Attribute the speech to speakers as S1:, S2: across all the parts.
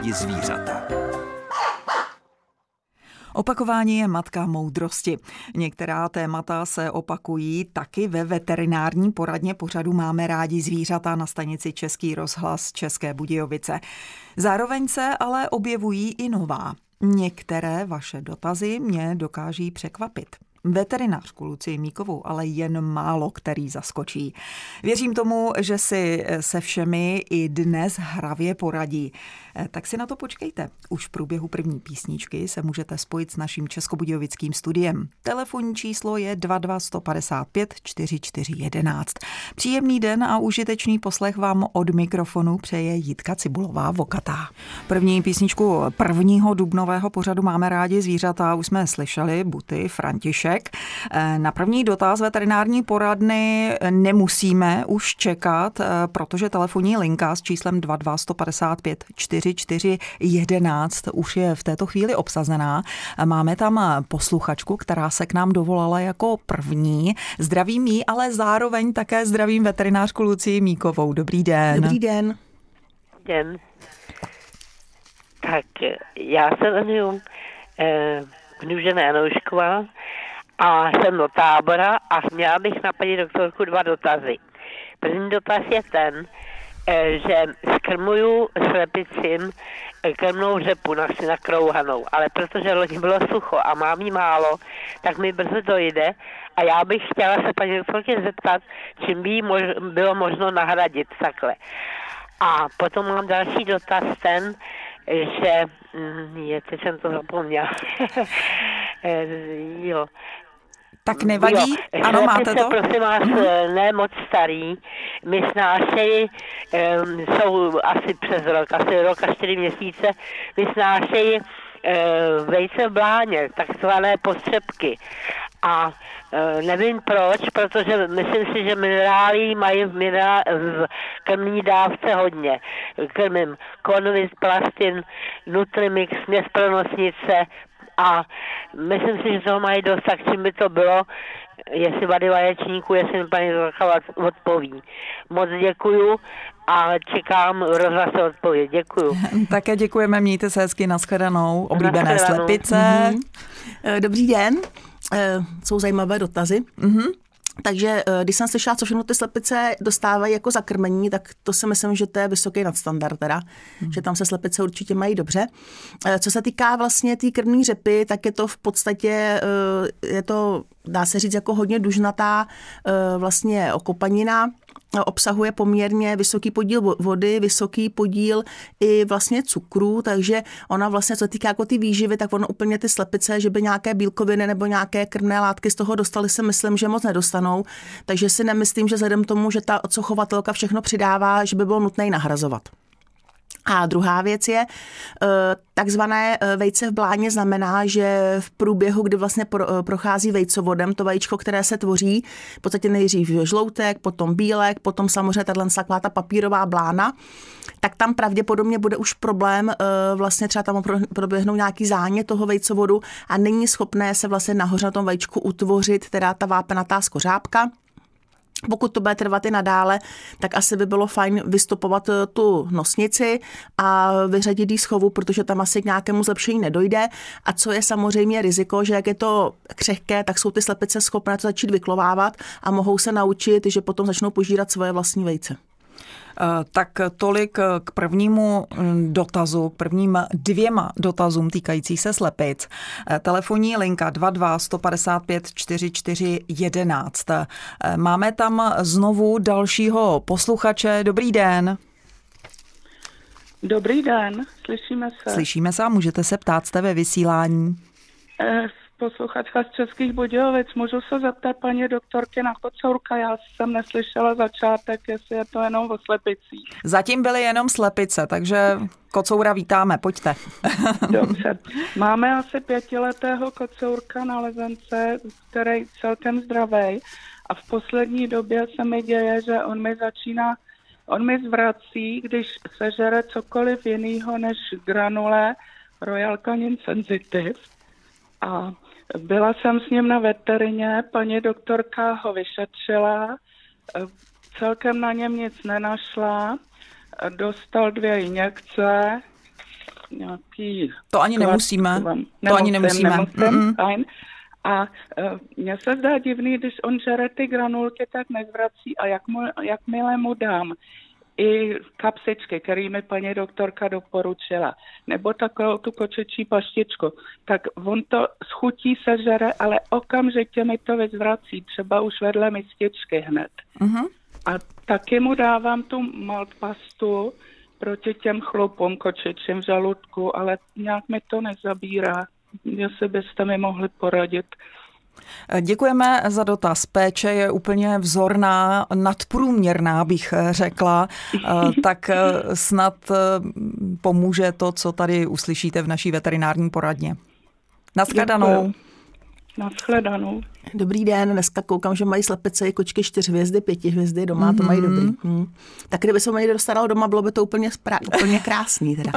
S1: rádi zvířata.
S2: Opakování je matka moudrosti. Některá témata se opakují taky ve veterinární poradně pořadu Máme rádi zvířata na stanici Český rozhlas České Budějovice. Zároveň se ale objevují i nová. Některé vaše dotazy mě dokáží překvapit. Veterinářku Lucii Míkovou ale jen málo který zaskočí. Věřím tomu, že si se všemi i dnes hravě poradí. Tak si na to počkejte. Už v průběhu první písničky se můžete spojit s naším českobudějovickým studiem. Telefonní číslo je 22 155 4411. Příjemný den a užitečný poslech vám od mikrofonu přeje Jitka Cibulová Vokatá. První písničku prvního dubnového pořadu Máme rádi zvířata už jsme slyšeli, Buty František. Na první dotaz veterinární poradny nemusíme už čekat, protože telefonní linka s číslem 22 155 4411 už je v této chvíli obsazená. Máme tam posluchačku, která se k nám dovolala jako první. Zdravím jí, ale zároveň také zdravím veterinářku Lucii Míkovou. Dobrý den.
S3: Dobrý den.
S4: Den. Tak já se jmenuji Knužena Janoušková a jsem do tábora a měla bych na paní doktorku 2 dotazy. První dotaz je ten, že skrmuju slepicím krmnou řepu nakrouhanou, ale protože loni bylo sucho a mám jí málo, tak mi brzy dojde a já bych chtěla se paní doktorky zeptat, čím by jí bylo možno nahradit takhle. A potom mám další dotaz ten, že teď jsem to zapomněla. Jo.
S2: Tak nevadí? Ano, máte to?
S4: Prosím vás, ne moc starý, my snášejí, jsou asi přes rok a 4 měsíce, my snášejí vejce v bláně, takzvané postřepky. A nevím proč, protože myslím si, že minerály mají v krmní dávce hodně. Krmím Konvic, Plastin, Nutrimix, směs pro nosnice a myslím si, že toho mají dost, tak čím by to bylo, jestli vady vaječníků, jestli mi paní doktorka odpoví. Moc děkuju a čekám rozhlasové odpověď. Děkuju.
S2: Také děkujeme, mějte se hezky, nashledanou, oblíbené slepice.
S3: Dobrý den. Jsou zajímavé dotazy. Takže když jsem slyšela, co všechno ty slepice dostávají jako zakrmení, tak to si myslím, že to je vysoký nadstandard teda, že tam se slepice určitě mají dobře. Co se týká vlastně té krmní řepy, tak je to v podstatě, je to, dá se říct, jako hodně dužnatá vlastně okopanina, obsahuje poměrně vysoký podíl vody, vysoký podíl i vlastně cukru, takže ona vlastně, co týká jako ty výživy, tak ono úplně ty slepice, že by nějaké bílkoviny nebo nějaké krmné látky z toho dostali, si myslím, že moc nedostanou, takže si nemyslím, že vzhledem tomu, že ta chovatelka všechno přidává, že by bylo nutné ji nahrazovat. A druhá věc je, takzvané vejce v bláně znamená, že v průběhu, kdy vlastně prochází vejcovodem, to vajíčko, které se tvoří, v podstatě nejdřív žloutek, potom bílek, potom samozřejmě taková ta papírová blána, tak tam pravděpodobně bude už problém, vlastně třeba tam proběhnou nějaký zánět toho vejcovodu a není schopné se vlastně nahoře na tom vajíčku utvořit teda ta vápenatá skořápka. Pokud to bude trvat i nadále, tak asi by bylo fajn vystopovat tu nosnici a vyřadit ji z chovu, protože tam asi k nějakému zlepšení nedojde. A co je samozřejmě riziko, že jak je to křehké, tak jsou ty slepice schopné to začít vyklovávat a mohou se naučit, že potom začnou požírat svoje vlastní vejce.
S2: Tak tolik k prvnímu dotazu, k prvním 2 dotazům týkající se slepic. Telefonní linka 22 155 4411. Máme tam znovu dalšího posluchače. Dobrý den.
S5: Dobrý den, slyšíme se.
S2: Slyšíme se a můžete se ptát, jste ve vysílání.
S5: Posluchačka z Českých Budějovic. Můžu se zeptat paní doktorky na kocourka? Já jsem neslyšela začátek, jestli je to jenom o slepicích.
S2: Zatím byly jenom slepice, takže kocoura vítáme, pojďte.
S5: Dobře. Máme asi 5letého kocourka na lezence, který je celkem zdravý. A v poslední době se mi děje, že on mi zvrací, když sežere cokoliv jiného než granule Royal Canin Sensitive. A byla jsem s ním na veterině, paní doktorka ho vyšetřila, celkem na něm nic nenašla, dostal 2 injekce nějaký...
S2: To ani nemusíme.
S5: Nemusím, fajn. A mně se zdá divný, když on žere ty granulky, tak nezvrací a jakmile mu dám i kapsičky, který mi paní doktorka doporučila, nebo takovou tu kočičí paštičku, tak on to schutí sežere, ale okamžitě mi to vyzvrací, třeba už vedle mističky hned. Uh-huh. A taky mu dávám tu malt pastu proti těm chlupům kočičím v žaludku, ale nějak mi to nezabírá. Jestli byste mi mohli poradit.
S2: Děkujeme za dotaz. Péče je úplně vzorná, nadprůměrná, bych řekla. Tak snad pomůže to, co tady uslyšíte v naší veterinární poradně. Naschledanou.
S5: Naschledanou.
S3: Dobrý den, dneska koukám, že mají slepice i kočky 4 hvězdy, 5 hvězdy, doma to mají dobrý. Tak kdyby se mají dostalo doma, bylo by to úplně krásný teda.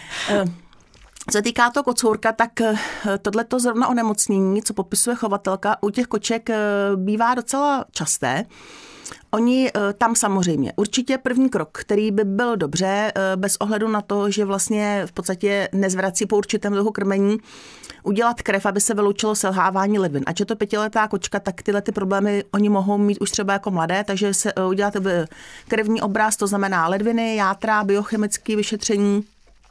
S3: Co se týká toho kocourka, tak tohleto zrovna onemocnění, co popisuje chovatelka, u těch koček bývá docela časté. Oni tam samozřejmě. Určitě první krok, který by byl dobře, bez ohledu na to, že vlastně v podstatě nezvrací po určitém druhu krmení, udělat krev, aby se vyloučilo selhávání ledvin. Ať je to 5letá kočka, tak tyhle ty problémy oni mohou mít už třeba jako mladé, takže se udělat krevní obraz, to znamená ledviny, játra, biochemické vyšetření.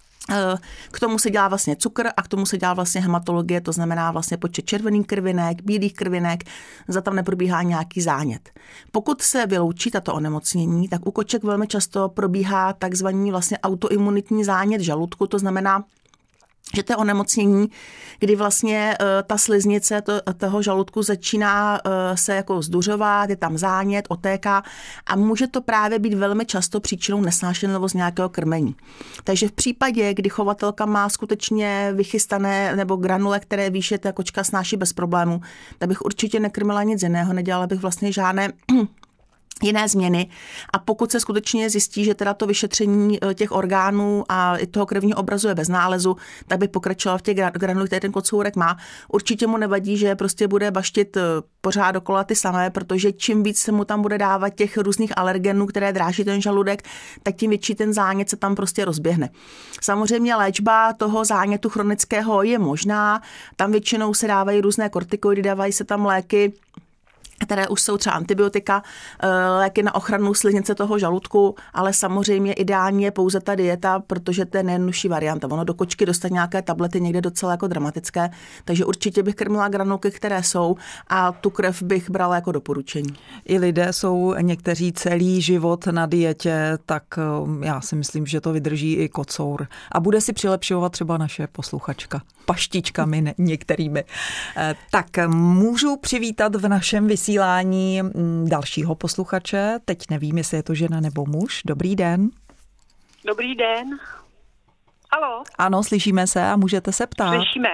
S3: K tomu se dělá vlastně cukr a k tomu se dělá vlastně hematologie, to znamená vlastně počet červených krvinek, bílých krvinek, za tam neprobíhá nějaký zánět. Pokud se vyloučí tato onemocnění, tak u koček velmi často probíhá takzvaný vlastně autoimunitní zánět žaludku, to znamená, že to je onemocnění, kdy vlastně ta sliznice toho žaludku začíná se jako zduřovat, je tam zánět, otéká a může to právě být velmi často příčinou nesnášenlivosti nějakého krmení. Takže v případě, kdy chovatelka má skutečně vychystané nebo granule, které ví, že ta kočka snáší bez problému, tak bych určitě nekrmila nic jiného, nedělala bych vlastně žádné jiné změny. A pokud se skutečně zjistí, že teda to vyšetření těch orgánů a i toho krevního obrazu je bez nálezu, tak by pokračoval v těch granulích, které ten kocourek má. Určitě mu nevadí, že prostě bude baštit pořád dokola ty samé, protože čím víc se mu tam bude dávat těch různých alergenů, které dráží ten žaludek, tak tím větší ten zánět se tam prostě rozběhne. Samozřejmě léčba toho zánětu chronického je možná. Tam většinou se dávají různé kortikoidy, dávají se tam léky, které už jsou třeba antibiotika, léky na ochranu sliznice toho žaludku, ale samozřejmě ideální je pouze ta dieta, protože to je nejjednodušší varianta. Ono do kočky dostat nějaké tablety někde docela jako dramatické, takže určitě bych krmila granulky, které jsou a tu krev bych brala jako doporučení.
S2: I lidé jsou někteří celý život na dietě, tak já si myslím, že to vydrží i kocour. A bude si přilepšovat třeba naše posluchačka paštičkami některými. Tak můžu přivítat v našem vysílání dalšího posluchače. Teď nevím, jestli je to žena nebo muž. Dobrý den.
S1: Dobrý den. Haló?
S2: Ano, slyšíme se a můžete se ptát.
S1: Slyšíme.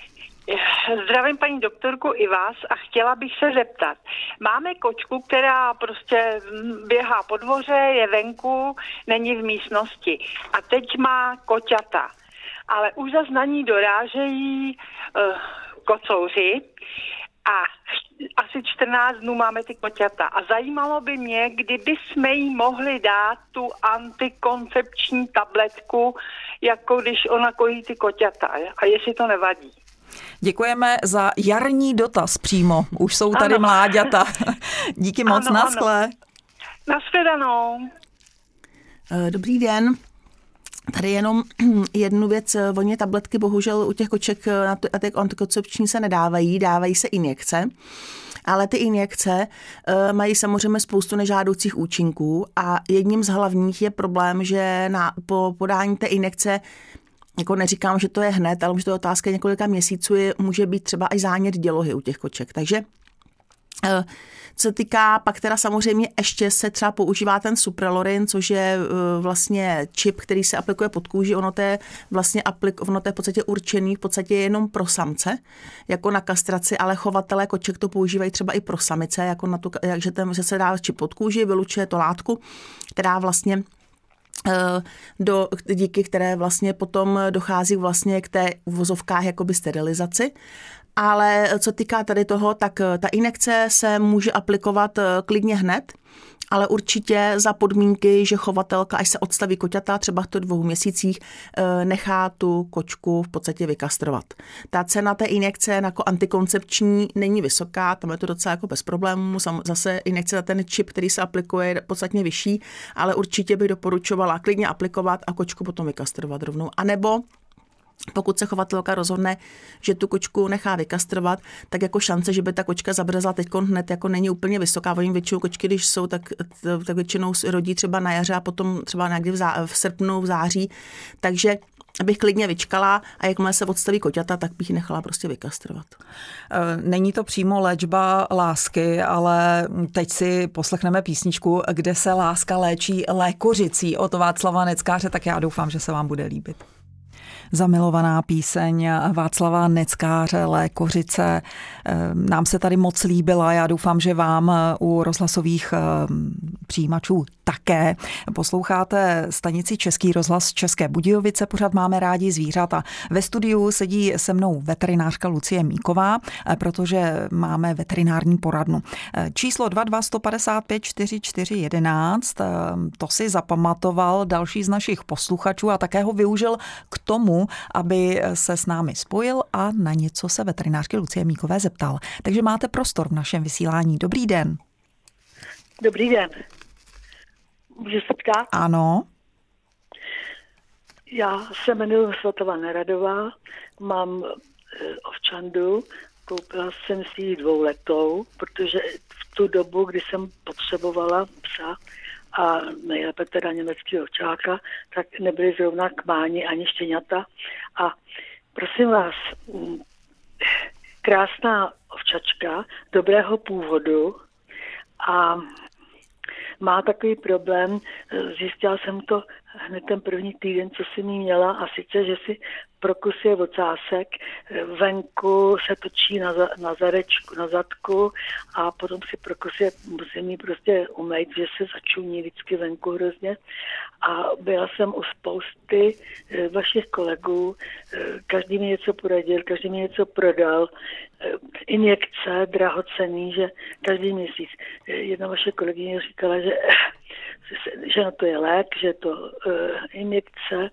S1: Zdravím paní doktorku i vás a chtěla bych se zeptat. Máme kočku, která prostě běhá po dvoře, je venku, není v místnosti. A teď má koťata. Ale už zas na ní dorážejí kocouři a asi 14 dnů máme ty koťata. A zajímalo by mě, kdyby jsme jí mohli dát tu antikoncepční tabletku, jako když ona kojí ty koťata. A jestli to nevadí.
S2: Děkujeme za jarní dotaz přímo. Už jsou tady ano. Mláďata. Díky moc, naschle.
S1: Nashledanou.
S3: Dobrý den. Tady jenom jednu věc, oni tabletky bohužel u těch koček na ty antikoncepční se nedávají, dávají se injekce, ale ty injekce mají samozřejmě spoustu nežádoucích účinků a jedním z hlavních je problém, že po podání té injekce, jako neříkám, že to je hned, ale už to je otázka několika měsíců, může být třeba i zánět dělohy u těch koček, takže co týká, pak teda samozřejmě ještě se třeba používá ten suprelorin, což je vlastně čip, který se aplikuje pod kůži. Ono to je vlastně v podstatě určený v podstatě jenom pro samce, jako na kastraci, ale chovatelé koček to používají třeba i pro samice, jako na to, že se dá čip pod kůži, vylučuje to látku, která vlastně díky které vlastně potom dochází vlastně k té uvozovkách jakoby sterilizaci. Ale co týká tady toho, tak ta injekce se může aplikovat klidně hned ale určitě za podmínky, že chovatelka, až se odstaví koťata, třeba v 2 měsících, nechá tu kočku v podstatě vykastrovat. Ta cena té injekce jako antikoncepční není vysoká, tam je to docela jako bez problémů, zase injekce na ten čip, který se aplikuje, je podstatně vyšší, ale určitě bych doporučovala klidně aplikovat a kočku potom vykastrovat rovnou. A nebo pokud se chovatelka rozhodne, že tu kočku nechá vykastrovat, tak jako šance, že by ta kočka zabrzla teď hned, jako není úplně vysoká. Oni většinou kočky, když jsou, tak většinou rodí třeba na jaře a potom třeba někdy v srpnu, v září. Takže bych klidně vyčkala a jakmile se odstaví koťata, tak bych ji nechala prostě vykastrovat.
S2: Není to přímo léčba lásky, ale teď si poslechneme písničku, kde se láska léčí lékořicí od Václava Neckáře, tak já doufám, že se vám bude líbit. Zamilovaná píseň Václava Neckáře Lékořice nám se tady moc líbila. Já doufám, že vám u rozhlasových přijímačů také. Posloucháte stanici Český rozhlas České Budějovice, pořád Máme rádi zvířata. Ve studiu sedí se mnou veterinářka Lucie Míková, protože máme veterinární poradnu. Číslo 22 155 44 11, to si zapamatoval další z našich posluchačů a také ho využil k tomu, aby se s námi spojil a na něco se veterinářky Lucie Míkové zeptal. Takže máte prostor v našem vysílání. Dobrý den.
S6: Dobrý den. Můžu se ptát?
S2: Ano.
S6: Já se jmenuji Svatova Neradová, mám ovčandu, koupila jsem si ji 2letou, protože v tu dobu, kdy jsem potřebovala psa a nejlépe teda německého ovčáka, tak nebyly zrovna k máni ani štěňata. A prosím vás, krásná ovčačka, dobrého původu a má takový problém, zjistila jsem to hned ten první týden, co jsem jí měla, a sice, že si prokusuje ocásek, venku se točí na zadečku, na zadku a potom si prokusuje, musím jí prostě umýt, že se začuní vždycky venku hrozně. A byla jsem u spousty vašich kolegů, každý mi něco poradil, každý mi něco prodal, injekce drahocenný, že každý měsíc. Jedna vaše kolegyně říkala, že na to je lék, že to injekce,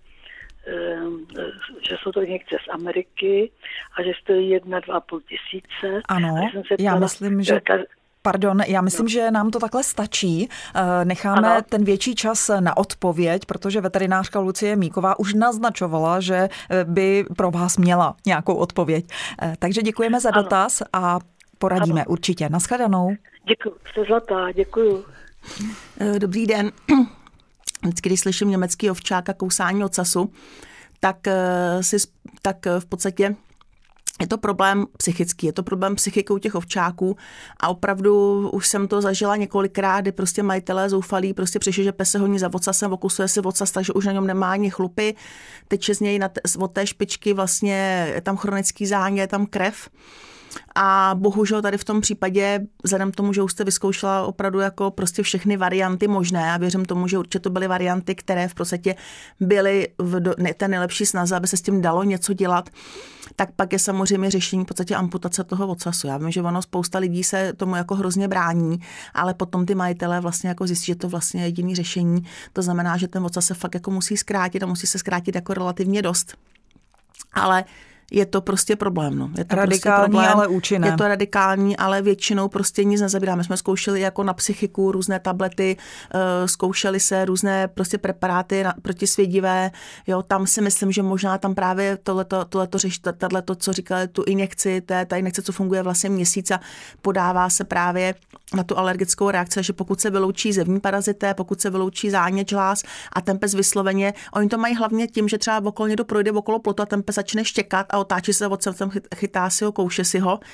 S6: že jsou to injekce z Ameriky a že stojí 1-2,5 tisíce.
S2: Ano, já myslím, že... Pardon, já myslím, že nám to takhle stačí. Necháme ten větší čas na odpověď, protože veterinářka Lucie Míková už naznačovala, že by pro vás měla nějakou odpověď. Takže děkujeme za dotaz a poradíme určitě. Naschledanou.
S6: Děkuji, jste zlatá, děkuju.
S3: Dobrý den. Vždycky, když slyším německý ovčák a kousání ocasu, tak v podstatě je to problém psychický, je to problém psychikou těch ovčáků a opravdu už jsem to zažila několikrát, kdy prostě majitelé zoufalí prostě přišli, že pes se honí za ocasem, okusuje si ocas, takže už na něm nemá ani chlupy, teče z něj od té špičky vlastně je tam chronický zánět, je tam krev. A bohužel tady v tom případě, vzhledem k tomu, že už jste vyzkoušela opravdu jako prostě všechny varianty možné a věřím tomu, že určitě to byly varianty, které v podstatě byly v té nejlepší snaze, aby se s tím dalo něco dělat, tak pak je samozřejmě řešení v podstatě amputace toho ocasu. Já vím, že ono spousta lidí se tomu jako hrozně brání, ale potom ty majitelé vlastně jako zjistí, že to vlastně je jediný řešení. To znamená, že ten ocas se fakt jako musí zkrátit a musí se zkrátit jako relativně dost. Ale je to prostě problém. No. Je to
S2: radikální,
S3: prostě problém.
S2: Ale účinné.
S3: Je to radikální, ale většinou prostě nic nezabíráme. Jsme zkoušeli jako na psychiku různé tablety, zkoušeli se různé prostě preparáty protisvědivé. Jo, tam si myslím, že možná tam právě tohleto, co říkali, tu injekci, ta injekce, co funguje vlastně měsíc a podává se právě na tu alergickou reakci, že pokud se vyloučí zevní parazité, pokud se vyloučí zánět žláz a ten pes vysloveně, oni to mají hlavně tím, že třeba okolo někdo projde okolo plotu a ten pes začne štěkat a otáčí se ocasem, chytá si ho, kouše si ho.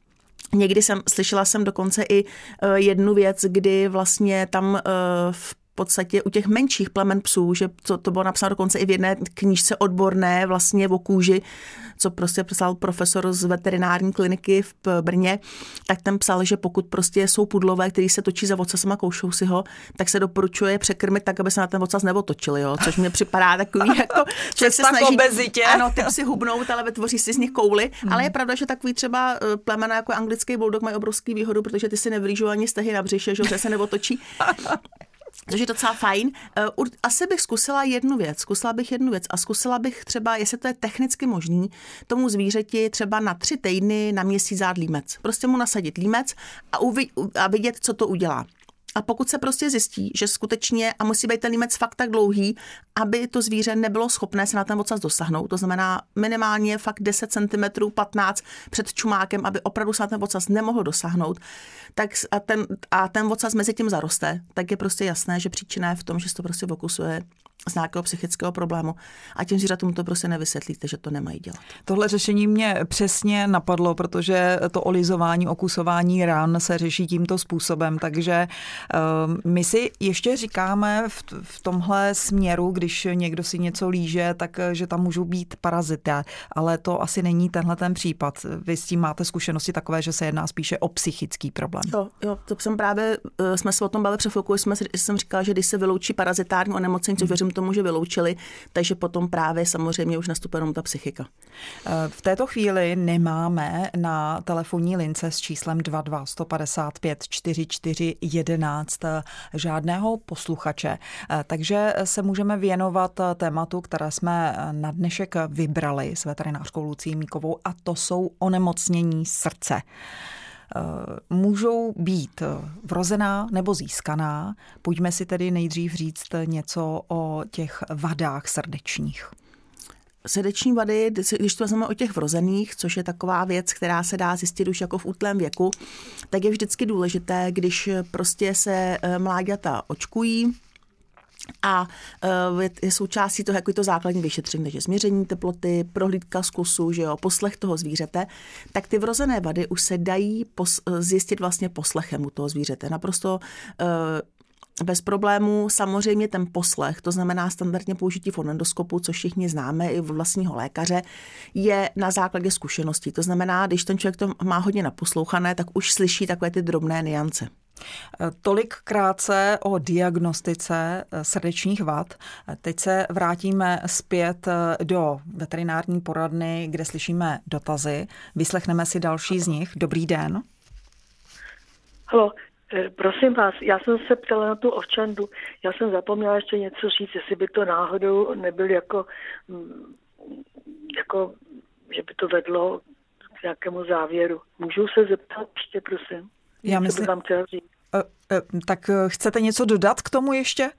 S3: Někdy slyšela jsem dokonce i jednu věc, kdy vlastně tam v podstatě u těch menších plemen psů, že to bylo napsáno dokonce i v jedné knížce odborné vlastně o kůži, co prostě psal profesor z veterinární kliniky v Brně, tak ten psal, že pokud prostě jsou pudlové, který se točí za ocasem a koušou si ho, tak se doporučuje překrmit tak, aby se na ten ocas neotočili, jo, což mě připadá takový jako, že se snaží
S2: obezitě.
S3: Ano, ty psi hubnout, ale vytvoří si z nich kouly, ale je pravda, že takový třeba plemena jako anglický bulldog mají obrovský výhodu, protože ty si nevylížou ani stehy na břiše, že se neotočí. Což je docela fajn. Asi bych zkusila jednu věc a zkusila bych třeba, jestli to je technicky možný, tomu zvířeti třeba na 3 týdny na měsíc dát límec. Prostě mu nasadit límec a vidět, co to udělá. A pokud se prostě zjistí, že skutečně, a musí být ten límec fakt tak dlouhý, aby to zvíře nebylo schopné se na ten ocas dosáhnout, to znamená minimálně fakt 10 cm, 15 před čumákem, aby opravdu se na ten ocas nemohl dosáhnout, tak a ten ocas mezi tím zaroste, tak je prostě jasné, že příčina je v tom, že se to prostě fokusuje z nějakého psychického problému a těm zvířatům to prostě nevysvětlíte, že to nemají dělat.
S2: Tohle řešení mě přesně napadlo, protože to olizování, okusování ran se řeší tímto způsobem, takže my si ještě říkáme v tomhle směru, když někdo si něco líže, tak že tam můžou být parazity, ale to asi není tenhle ten případ. Vy s tím máte zkušenosti takové, že se jedná spíše o psychický problém.
S3: Jo, to jsem právě, jsme se o tom bavili před chvilkou, jsem říkala, že když se vyloučí parazitární onemocnění, což věřím tomu, že vyloučili, takže potom právě samozřejmě už nastupuje jenom ta psychika.
S2: V této chvíli nemáme na telefonní lince s číslem 22 155 44 11 žádného posluchače, takže se můžeme věnovat tématu, které jsme na dnešek vybrali s veterinářkou Lucií Míkovou, a to jsou onemocnění srdce. Můžou být vrozená nebo získaná. Pojďme si tedy nejdřív říct něco o těch vadách srdečních.
S3: Srdeční vady, když to vezmeme o těch vrozených, což je taková věc, která se dá zjistit už jako v útlém věku, tak je vždycky důležité, když prostě se mláďata očkují, a je součástí toho, jako je to základní vyšetření, takže změření teploty, prohlídka z kusu, že jo, poslech toho zvířete, tak ty vrozené vady už se dají zjistit vlastně poslechem u toho zvířete. Naprosto bez problémů. Samozřejmě ten poslech, to znamená standardně použití fonendoskopu, což všichni známe i od vlastního lékaře, je na základě zkušeností. To znamená, když ten člověk to má hodně naposlouchané, tak už slyší takové ty drobné nuance.
S2: Tolik krátce o diagnostice srdečních vad. Teď se vrátíme zpět do veterinární poradny, kde slyšíme dotazy. Vyslechneme si další z nich. Dobrý den.
S6: Halo, prosím vás, já jsem se ptala na tu ovčandu. Já jsem zapomněla ještě něco říct, jestli by to náhodou nebyl jako že by to vedlo k nějakému závěru. Můžu se zeptat ještě, prosím?
S2: Já myslím,
S6: vám chtěla říct.
S2: Tak chcete něco dodat k tomu ještě?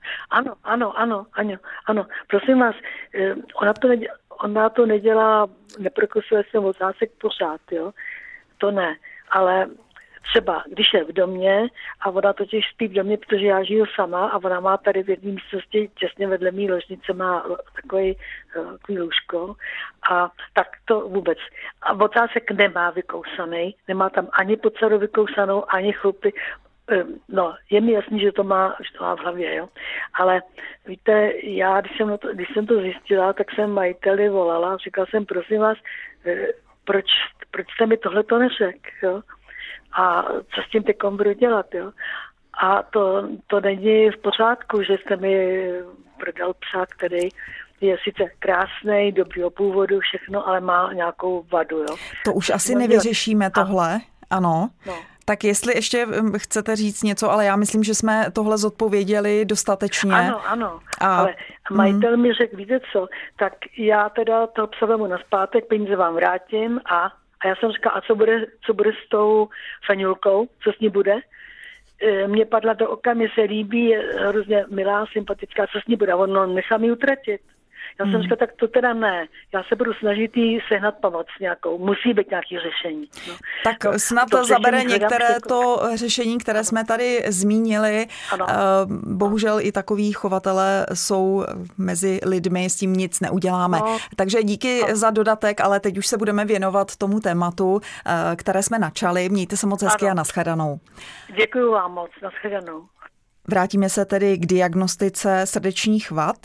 S6: Ano. Prosím vás, ona to nedělá, neprokusuje se ocásek pořád, jo? To ne, ale třeba, když je v domě a ona totiž spí v domě, protože já žiju sama a ona má tady v jedné místnosti těsně vedle mý ložnice má takový lůžko a tak to vůbec. A ocásek nemá vykousaný, nemá tam ani podsadu vykousanou, ani chlupy. No, je mi jasný, že to má v hlavě, jo. Ale víte, já, když jsem to zjistila, tak jsem majiteli volala, říkala jsem, prosím vás, proč jste mi tohleto neřekl, jo? A co s tím teďkom budu dělat, jo? A to není v pořádku, že jste mi prodal psa, který je sice krásnej, dobrýho původu, všechno, ale má nějakou vadu, jo.
S2: To už asi nevyřešíme tohle, ano. No. Tak jestli ještě chcete říct něco, ale já myslím, že jsme tohle zodpověděli dostatečně.
S6: Ano, ale majitel mi řekl, víte co, tak já teda toho psa vemu nazpátek, peníze vám vrátím a já jsem říkala, a co bude s tou Faňulkou, co s ní bude? Mně padla do oka, mě se líbí, je hrozně milá, sympatická, co s ní bude? Ono nechá mi utratit. Já jsem říkala, tak to teda ne. Já se budu snažit jí sehnat pomoc nějakou. Musí být nějaké řešení. No.
S2: Tak snad to zabere některé to řešení, které jsme tady zmínili. Ano. Bohužel i takoví chovatelé jsou mezi lidmi, s tím nic neuděláme. No. Takže díky za dodatek, ale teď už se budeme věnovat tomu tématu, které jsme načali. Mějte se moc hezky a nashledanou.
S6: Děkuju vám moc, nashledanou.
S2: Vrátíme se tedy k diagnostice srdečních vad.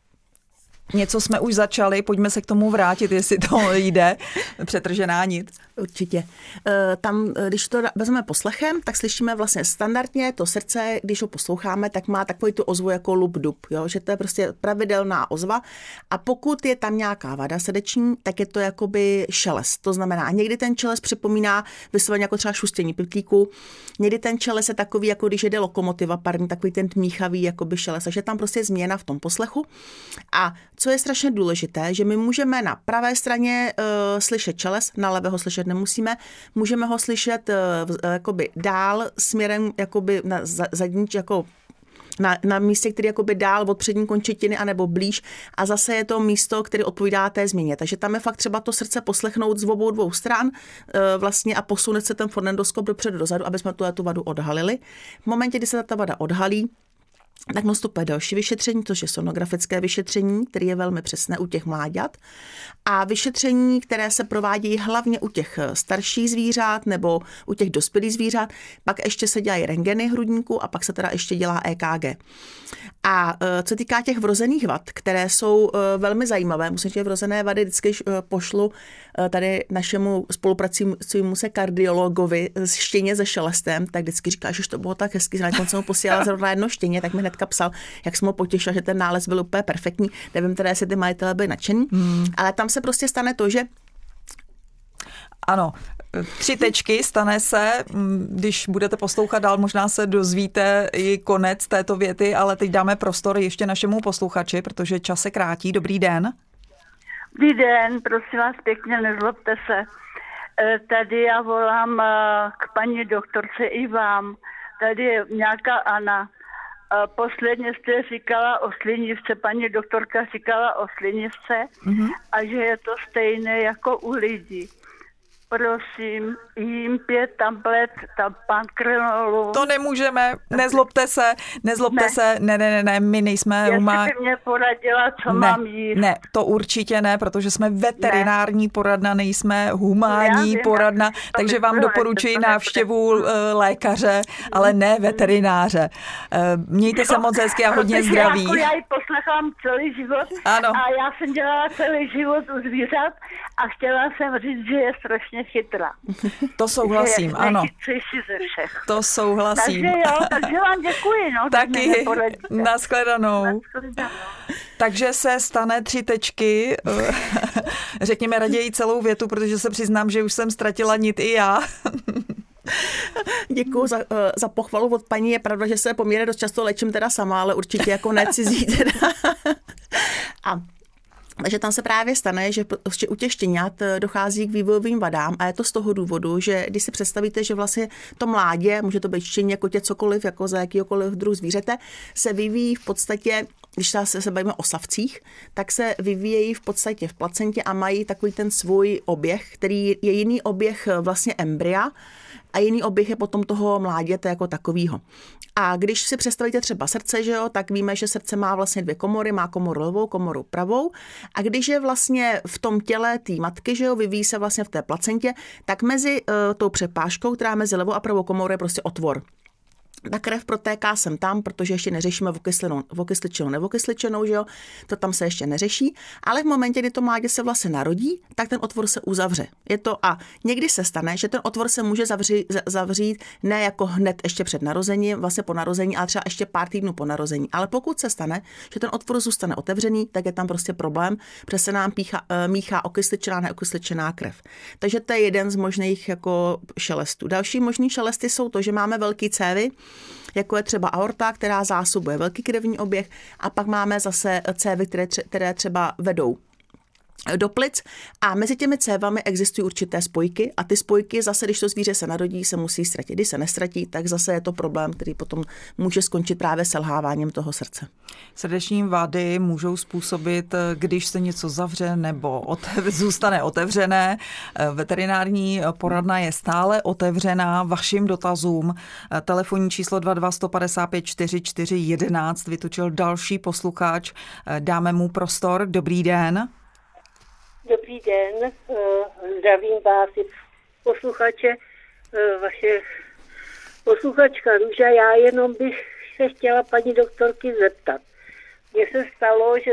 S2: Něco jsme už začali, pojďme se k tomu vrátit, jestli to jde. Přetržená nit.
S3: Určitě. Tam, když to vezmeme poslechem, tak slyšíme vlastně standardně to srdce, když ho posloucháme, tak má takový tu ozvu jako lup-dup, jo? Že to je prostě pravidelná ozva. A pokud je tam nějaká vada srdeční, tak je to jakoby šelest. To znamená, někdy ten šelest připomíná vysloveně jako třeba šustění pytlíku, někdy ten šelest je takový, jako když jede lokomotiva parní, takový ten tmíchavý jakoby šelest. Takže tam prostě je změna v tom poslechu. A co je strašně důležité, že my můžeme na pravé straně slyšet šelest, na levé ho slyšet nemusíme, můžeme ho slyšet jakoby dál směrem jakoby na zadní, jako na místě, který je jakoby dál od přední končetiny anebo blíž a zase je to místo, které odpovídá té změně. Takže tam je fakt třeba to srdce poslechnout z obou dvou stran vlastně a posunout se ten fonendoskop dopředu dozadu, aby jsme tu vadu odhalili. V momentě, kdy se ta vada odhalí, tak nastupuje další vyšetření, což je sonografické vyšetření, které je velmi přesné u těch mláďat. A vyšetření, které se provádějí hlavně u těch starších zvířat nebo u těch dospělých zvířat, pak ještě se dělají rentgeny hrudníku a pak se teda ještě dělá EKG. A co týká těch vrozených vad, které jsou velmi zajímavé, musím říct, že vrozené vady vždycky pošlu tady našemu spolupracujícímu se kardiologovi štěně se šelestem, tak vždycky říká, že to bylo tak hezky, že nakonec jsem mu posílala zrovna jedno štěně, tak mi hnedka psal, jak jsem ho potěšila, že ten nález byl úplně perfektní. Nevím teda, jestli ty majitelé byli nadšení, ale tam se prostě stane to, že
S2: ano, 3 tečky, stane se, když budete poslouchat dál, možná se dozvíte i konec této věty, ale teď dáme prostor ještě našemu posluchači, protože čas se krátí. Dobrý den.
S7: Dobrý den, prosím vás pěkně, nezlobte se. Tady já volám k paní doktorce i vám. Tady je nějaká Anna. Posledně jste říkala o slinivce, paní doktorka říkala o slinivce a že je to stejné jako u lidí. Prosím, jim 5 tablet pankrenolu.
S2: To nemůžeme, nezlobte se, ne, my nejsme
S7: humánní. Jestli by mě poradila, co mám jíst.
S2: Ne, to určitě ne, protože jsme veterinární poradna, nejsme humánní poradna, takže vám doporučuji návštěvu lékaře, ale ne veterináře. Mějte se moc hezky a hodně zdraví.
S7: Já ji poslechám celý život
S2: ano.
S7: A já jsem dělala celý život u zvířat a chtěla jsem říct, že je strašně chytrá.
S2: To souhlasím, ano.
S7: Ze všech.
S2: To souhlasím.
S7: Takže vám děkuji. No,
S2: taky, nashledanou. Takže se stane 3 tečky, řekněme raději celou větu, protože se přiznám, že už jsem ztratila nit i já.
S3: Děkuju za pochvalu od paní. Je pravda, že se poměrně dost často léčím teda sama, ale určitě jako ne cizí teda. Takže tam se právě stane, že u těch štěňat dochází k vývojovým vadám a je to z toho důvodu, že když si představíte, že vlastně to mládě, může to být štěně, kotě, cokoliv, jako za jakýkoliv druh zvířete, se vyvíjí v podstatě, když se bavíme o savcích, tak se vyvíjejí v podstatě v placentě a mají takový ten svůj oběh, který je jiný oběh vlastně embrya, a jiný oběh je potom toho mláděte jako takovýho. A když si představíte třeba srdce, že jo, tak víme, že srdce má vlastně 2 komory, má komoru levou, komoru pravou. A když je vlastně v tom těle té matky, že jo, vyvíjí se vlastně v té placentě, tak mezi tou přepážkou, která mezi levou a pravou komorou je prostě otvor. Ta krev protéká sem tam, protože ještě neřešíme okysličenou, nevokysličenou, že jo? To tam se ještě neřeší, ale v momentě, kdy to mládě se vlastně narodí, tak ten otvor se uzavře. A někdy se stane, že ten otvor se může zavřít ne jako hned ještě před narozením, vlastně po narození, ale třeba ještě pár týdnů po narození. Ale pokud se stane, že ten otvor zůstane otevřený, tak je tam prostě problém, protože se nám míchá okysličená, neokysličená krev. Takže to je jeden z možných jako šelestů. Další možný šelesty jsou to, že máme velký cévy, jako je třeba aorta, která zásobuje velký krevní oběh, a pak máme zase cévy, které třeba vedou do plic, a mezi těmi cévami existují určité spojky a ty spojky zase, když to zvíře se narodí, se musí ztratit. Když se nestratí, tak zase je to problém, který potom může skončit právě selháváním toho srdce.
S2: Srdeční vady můžou způsobit, když se něco zavře nebo zůstane otevřené. Veterinární poradna je stále otevřená vašim dotazům. Telefonní číslo 22 155 44 11 vytočil další posluchač. Dáme mu prostor. Dobrý den.
S8: Dobrý den, zdravím vás i posluchače, vaše posluchačka Růža. Já jenom bych se chtěla paní doktorky zeptat. Mně se stalo, že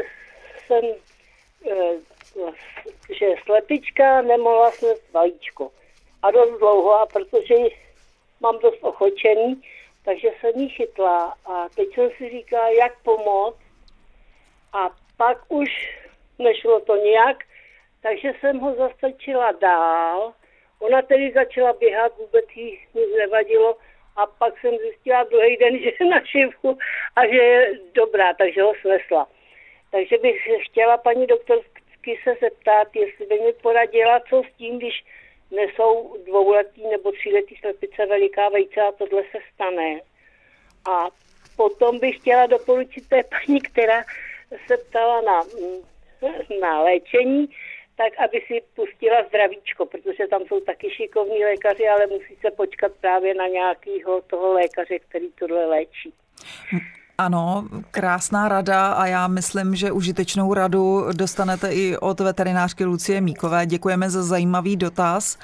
S8: že slepička nemohla snést vajíčko. A dost dlouho, a protože mám dost ochočený, takže jsem ji chytla. A teď jsem si říkala, jak pomoct. A pak už nešlo to nějak, takže jsem ho zastrčila dál. Ona tedy začala běhat, vůbec jí nic nevadilo. A pak jsem zjistila druhý den, že je naživu a že je dobrá, takže ho snesla. Takže bych chtěla paní doktorky se zeptat, jestli by mi poradila, co s tím, když nesou 2letý nebo 3letý slepice veliká vejce a tohle se stane. A potom bych chtěla doporučit té paní, která se ptala na léčení, tak aby si pustila zdravíčko, protože tam jsou taky šikovní lékaři, ale musí se počkat právě na nějakého toho lékaře, který tohle léčí.
S2: Ano, krásná rada a já myslím, že užitečnou radu dostanete i od veterinářky Lucie Míkové. Děkujeme za zajímavý dotaz.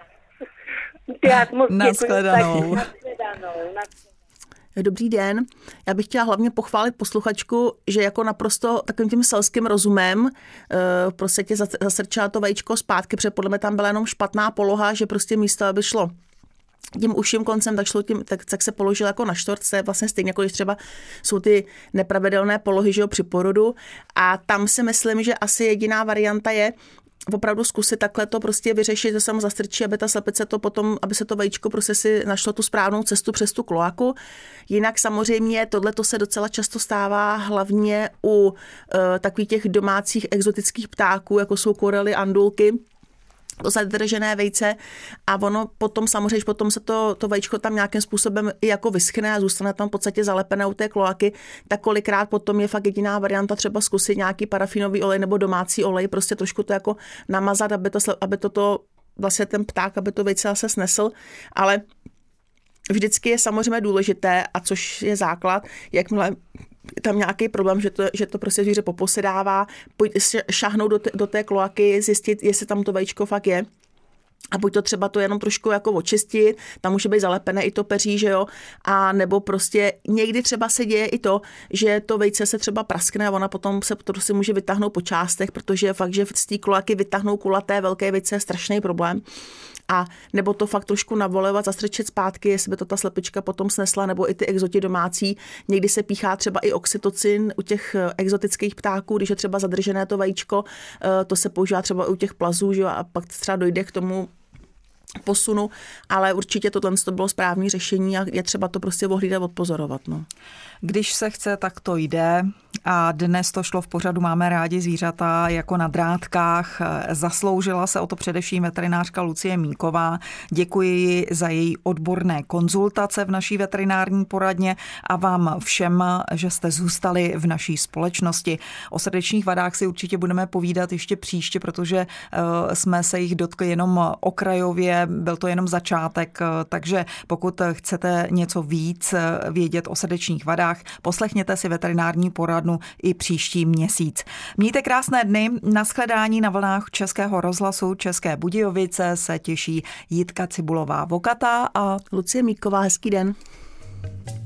S2: Nashledanou.
S3: Dobrý den. Já bych chtěla hlavně pochválit posluchačku, že jako naprosto takovým tím selským rozumem prostě tě zasrčela to vajíčko zpátky, protože podle mě tam byla jenom špatná poloha, že prostě místo, aby šlo tím uším koncem, tak šlo tím, tak se položil jako na štorc, to je vlastně stejně, jako když třeba jsou ty nepravidelné polohy, že jo, při porodu. A tam si myslím, že asi jediná varianta je opravdu zkusit takhle to prostě vyřešit, že se mu zastrčí, aby ta slepice to potom, aby se to vajíčko prostě si našlo tu správnou cestu přes tu kloaku. Jinak samozřejmě tohleto se docela často stává hlavně u takových těch domácích exotických ptáků, jako jsou korely, andulky, to zadržené vejce a ono potom samozřejmě, potom se to vajíčko tam nějakým způsobem i jako vyschne a zůstane tam v podstatě zalepené u té kloaky, tak kolikrát potom je fakt jediná varianta třeba zkusit nějaký parafinový olej nebo domácí olej, prostě trošku to jako namazat, aby to vlastně ten pták, aby to vejce se snesl, ale vždycky je samozřejmě důležité, a což je základ, jakmile tam nějaký problém, že to prostě zvíře poposedává, šáhnout do té kloaky, zjistit, jestli tam to vajíčko fakt je. A buď to třeba to jenom trošku jako očistit, tam může být zalepené i to peří, že jo, a nebo prostě někdy třeba se děje i to, že to vejce se třeba praskne a ona potom se to si může vytáhnout po částech, protože fakt, že z té kloaky vytáhnou kulaté velké vejce je strašný problém. A nebo to fakt trošku navolovat, zastrčit zpátky, jestli by to ta slepička potom snesla, nebo i ty exoti domácí. Někdy se píchá třeba i oxytocin u těch exotických ptáků, když je třeba zadržené to vajíčko, to se používá třeba u těch plazů, že? A pak třeba dojde k tomu posunu, ale určitě tohle to bylo správné řešení a je třeba to prostě ohlídat, odpozorovat. No.
S2: Když se chce, tak to jde. A dnes to šlo v pořadu Máme rádi zvířata jako na drátkách. Zasloužila se o to především veterinářka Lucie Míková. Děkuji jí za její odborné konzultace v naší veterinární poradně a vám všem, že jste zůstali v naší společnosti. O srdečních vadách si určitě budeme povídat ještě příště, protože jsme se jich dotkli jenom okrajově, byl to jenom začátek, takže pokud chcete něco víc vědět o srdečních vadách, poslechněte si veterinární poradnu i příští měsíc. Mějte krásné dny, nashledání na vlnách Českého rozhlasu České Budějovice se těší Jitka Cibulová-Vokatá a
S3: Lucie Míková. Hezký den.